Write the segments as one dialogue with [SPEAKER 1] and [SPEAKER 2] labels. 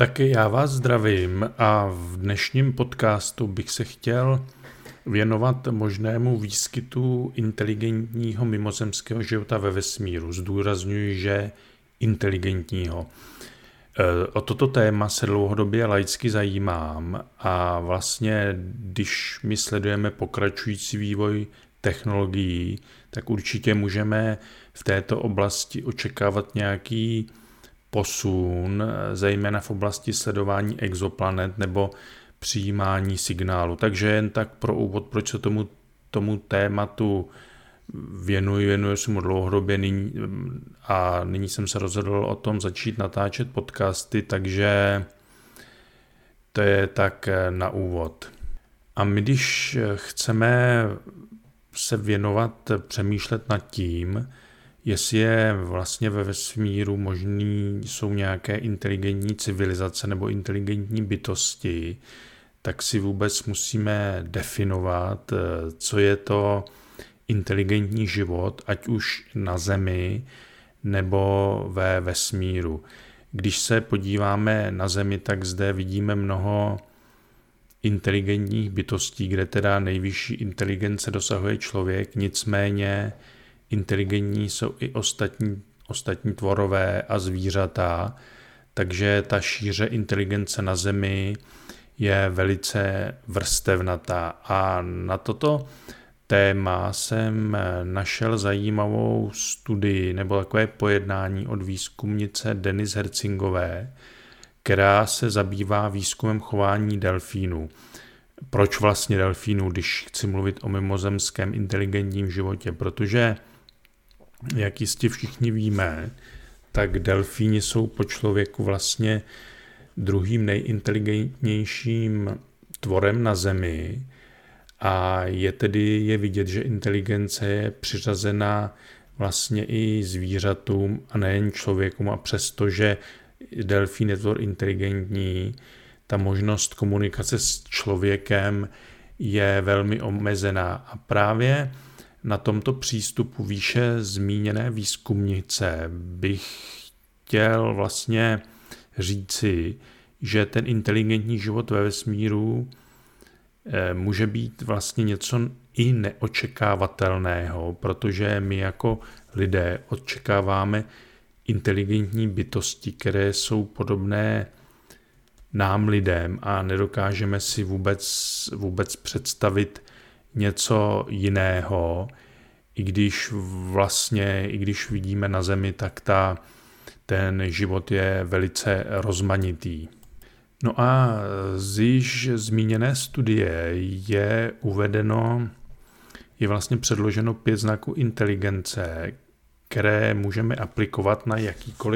[SPEAKER 1] Taky já vás zdravím a v dnešním podcastu bych se chtěl věnovat možnému výskytu inteligentního mimozemského života ve vesmíru. Zdůrazňuji, že inteligentního. O toto téma se dlouhodobě laicky zajímám a vlastně, když my sledujeme pokračující vývoj technologií, tak určitě můžeme v této oblasti očekávat nějaký posun, zejména v oblasti sledování exoplanet nebo přijímání signálu. Takže jen tak pro úvod, proč se tomu tématu věnuji se mu dlouhodobě nyní jsem se rozhodl o tom začít natáčet podcasty, takže to je tak na úvod. A my, když chceme se věnovat, přemýšlet nad tím, jestli je vlastně ve vesmíru jsou nějaké inteligentní civilizace nebo inteligentní bytosti, tak si vůbec musíme definovat, co je to inteligentní život, ať už na Zemi nebo ve vesmíru. Když se podíváme na Zemi, tak zde vidíme mnoho inteligentních bytostí, kde teda nejvyšší inteligence dosahuje člověk, nicméně inteligentní jsou i ostatní tvorové a zvířata, takže ta šíře inteligence na Zemi je velice vrstevnatá. A na toto téma jsem našel zajímavou studii nebo takové pojednání od výzkumnice Denise Herzingové, která se zabývá výzkumem chování delfínů. Proč vlastně delfínů, když chci mluvit o mimozemském inteligentním životě? Protože, jak jistě všichni víme, tak delfíni jsou po člověku vlastně druhým nejinteligentnějším tvorem na Zemi a je vidět, že inteligence je přiřazena vlastně i zvířatům a nejen člověkům, a přestože delfín je tvor inteligentní, ta možnost komunikace s člověkem je velmi omezená. A právě na tomto přístupu výše zmíněné výzkumnice bych chtěl vlastně říci, že ten inteligentní život ve vesmíru může být vlastně něco i neočekávatelného, protože my jako lidé očekáváme inteligentní bytosti, které jsou podobné nám lidem a nedokážeme si vůbec představit něco jiného, i když vidíme na Zemi, tak ten život je velice rozmanitý. No a z již zmíněné studie je vlastně předloženo 5 znaků inteligence, které můžeme aplikovat na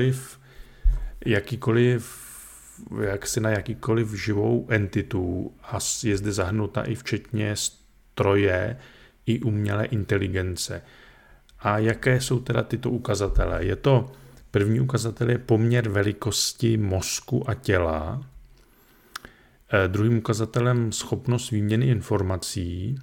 [SPEAKER 1] na jakýkoliv živou entitu a je zde zahrnuta i včetně stroje i umělé inteligence. A jaké jsou teda tyto ukazatele? První ukazatel je poměr velikosti mozku a těla, druhým ukazatelem schopnost výměny informací,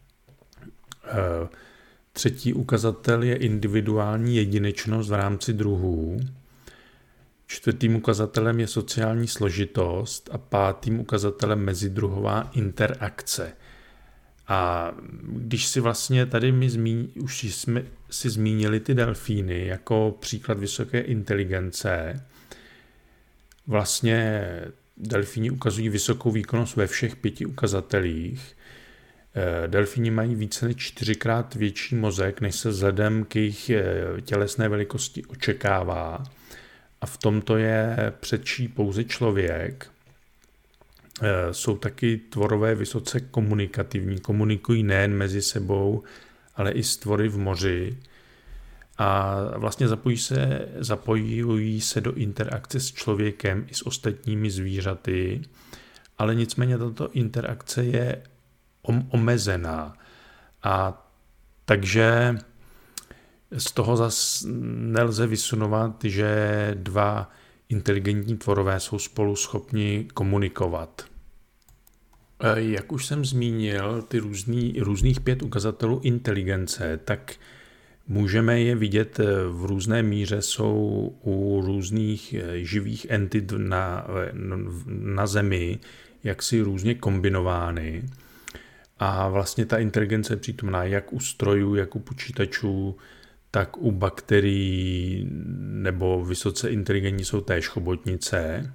[SPEAKER 1] třetí ukazatel je individuální jedinečnost v rámci druhů, čtvrtým ukazatelem je sociální složitost a pátým ukazatelem mezidruhová interakce. A když si vlastně tady už jsme si zmínili ty delfíny jako příklad vysoké inteligence, vlastně delfíni ukazují vysokou výkonnost ve všech 5 ukazatelích. Delfíni mají více než 4krát větší mozek, než se vzhledem k jejich tělesné velikosti očekává. A v tomto je předčí pouze člověk. Jsou taky tvorové vysoce komunikativní, komunikují nejen mezi sebou, ale i s tvory v moři. A vlastně zapojují se do interakce s člověkem i s ostatními zvířaty, ale nicméně tato interakce je omezená. A takže z toho zas nelze vysunovat, že 2 inteligentní tvorové jsou spolu schopni komunikovat. Jak už jsem zmínil, ty různých 5 ukazatelů inteligence, tak Můžeme je vidět v různé míře, jsou u různých živých entit na Zemi, jaksi různě kombinovány. A vlastně ta inteligence je přítomná jak u strojů, jak u počítačů, tak u bakterií nebo vysoce inteligentní jsou též chobotnice.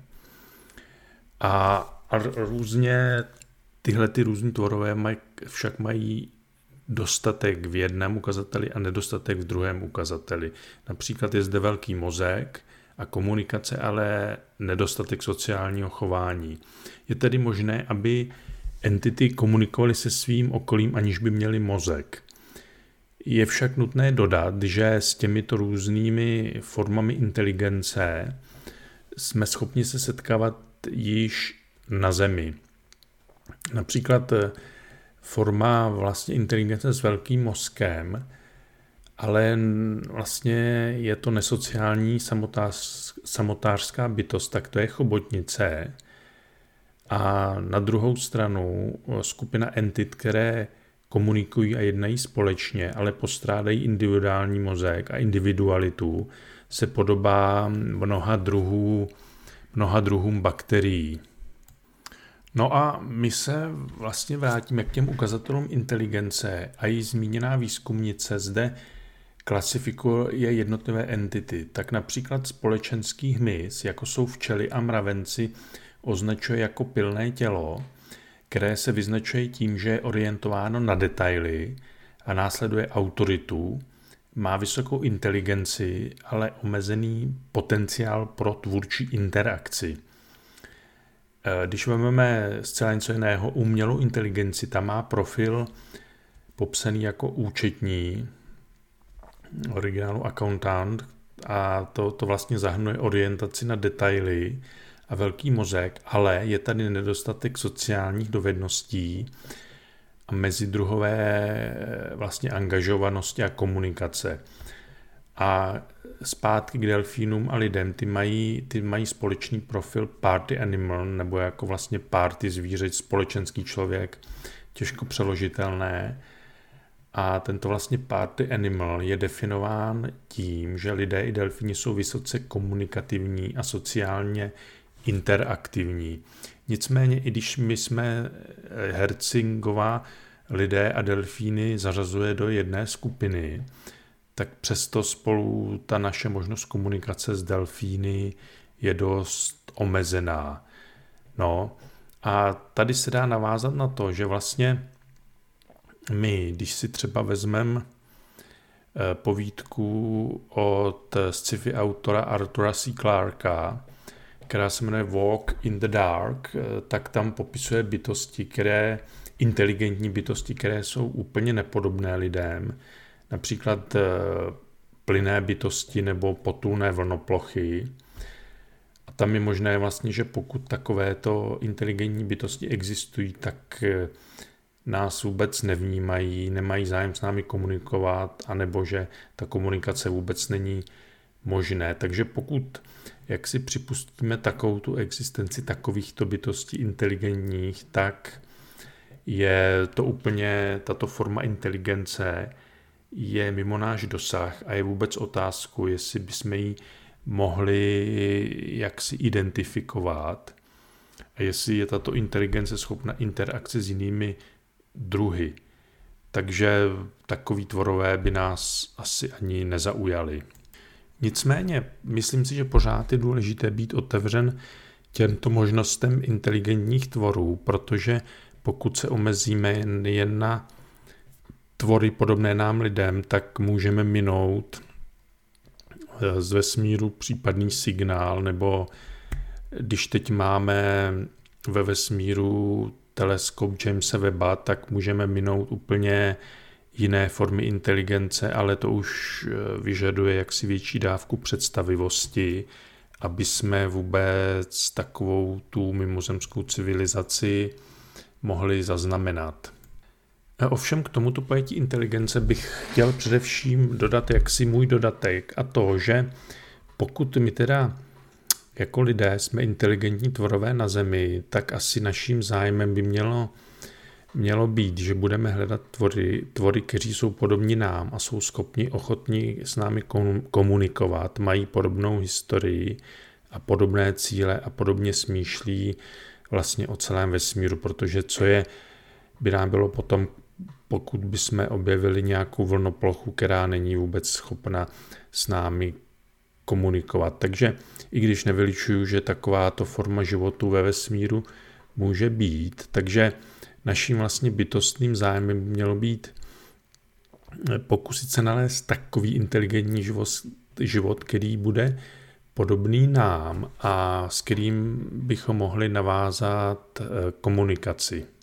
[SPEAKER 1] A různě tyhle různý tvorové však mají dostatek v jednom ukazateli a nedostatek v druhém ukazateli. Například je zde velký mozek a komunikace, ale nedostatek sociálního chování. Je tedy možné, aby entity komunikovaly se svým okolím, aniž by měly mozek. Je však nutné dodat, že s těmito různými formami inteligence jsme schopni se setkávat již na Zemi. Například forma vlastně inteligence s velkým mozkem, ale vlastně je to nesociální samotářská bytost, tak to je chobotnice. A na druhou stranu skupina entit, které komunikují a jednají společně, ale postrádají individuální mozek a individualitu, se podobá mnoha druhům bakterií. No a my se vlastně vrátíme k těm ukazatelům inteligence a její zmíněná výzkumnice zde klasifikuje jednotlivé entity. Tak například společenský hmyz, jako jsou včely a mravenci, označuje jako pilné tělo, které se vyznačuje tím, že je orientováno na detaily a následuje autoritu, má vysokou inteligenci, ale omezený potenciál pro tvůrčí interakci. Když vezmeme zcela něco jiného, umělou inteligenci, ta má profil popsaný jako účetní, originálu accountant, a to vlastně zahrnuje orientaci na detaily a velký mozek, ale je tady nedostatek sociálních dovedností a mezidruhové vlastně angažovanosti a komunikace. A zpátky k delfínům a lidem, ty mají společný profil party animal, nebo jako vlastně party zvíře, společenský člověk, těžko přeložitelné. A tento vlastně party animal je definován tím, že lidé i delfíni jsou vysoce komunikativní a sociálně interaktivní. Nicméně, i když my jsme Herzingová lidé a delfíny zařazuje do jedné skupiny, tak přesto spolu ta naše možnost komunikace s delfíny je dost omezená. No a tady se dá navázat na to, že vlastně my, když si třeba vezmeme povídku od sci-fi autora Arthura C. Clarka, která se jmenuje Walk in the Dark, tak tam popisuje inteligentní bytosti, které jsou úplně nepodobné lidem, například plynné bytosti nebo potulné vlnoplochy. A tam je možné vlastně, že pokud takovéto inteligentní bytosti existují, tak nás vůbec nevnímají, nemají zájem s námi komunikovat, anebo že ta komunikace vůbec není možné. Takže pokud jak si připustíme takovou tu existenci takovýchto bytostí inteligentních, tak je to úplně, tato forma inteligence je mimo náš dosah a je vůbec otázku, jestli bychom ji mohli jaksi identifikovat a jestli je tato inteligence schopna interakce s jinými druhy. Takže takový tvorové by nás asi ani nezaujali. Nicméně, myslím si, že pořád je důležité být otevřen těmto možnostem inteligentních tvorů, protože pokud se omezíme jen na tvory podobné nám lidem, tak můžeme minout z vesmíru případný signál, nebo když teď máme ve vesmíru teleskop Jamesa Webba, tak můžeme minout úplně jiné formy inteligence, ale to už vyžaduje jaksi větší dávku představivosti, aby jsme vůbec takovou tu mimozemskou civilizaci mohli zaznamenat. Ovšem k tomuto pojetí inteligence bych chtěl především dodat jaksi můj dodatek a to, že pokud my teda jako lidé jsme inteligentní tvorové na Zemi, tak asi naším zájmem by mělo mělo být, že budeme hledat tvory, kteří jsou podobní nám a jsou ochotní s námi komunikovat, mají podobnou historii a podobné cíle a podobně smýšlí vlastně o celém vesmíru, protože by nám bylo potom, pokud bychom objevili nějakou vlnoplochu, která není vůbec schopna s námi komunikovat. Takže i když nevylučuju, že takováto forma životu ve vesmíru může být, takže naším vlastně bytostným zájmem mělo být pokusit se nalézt takový inteligentní život, který bude podobný nám a s kterým bychom mohli navázat komunikaci.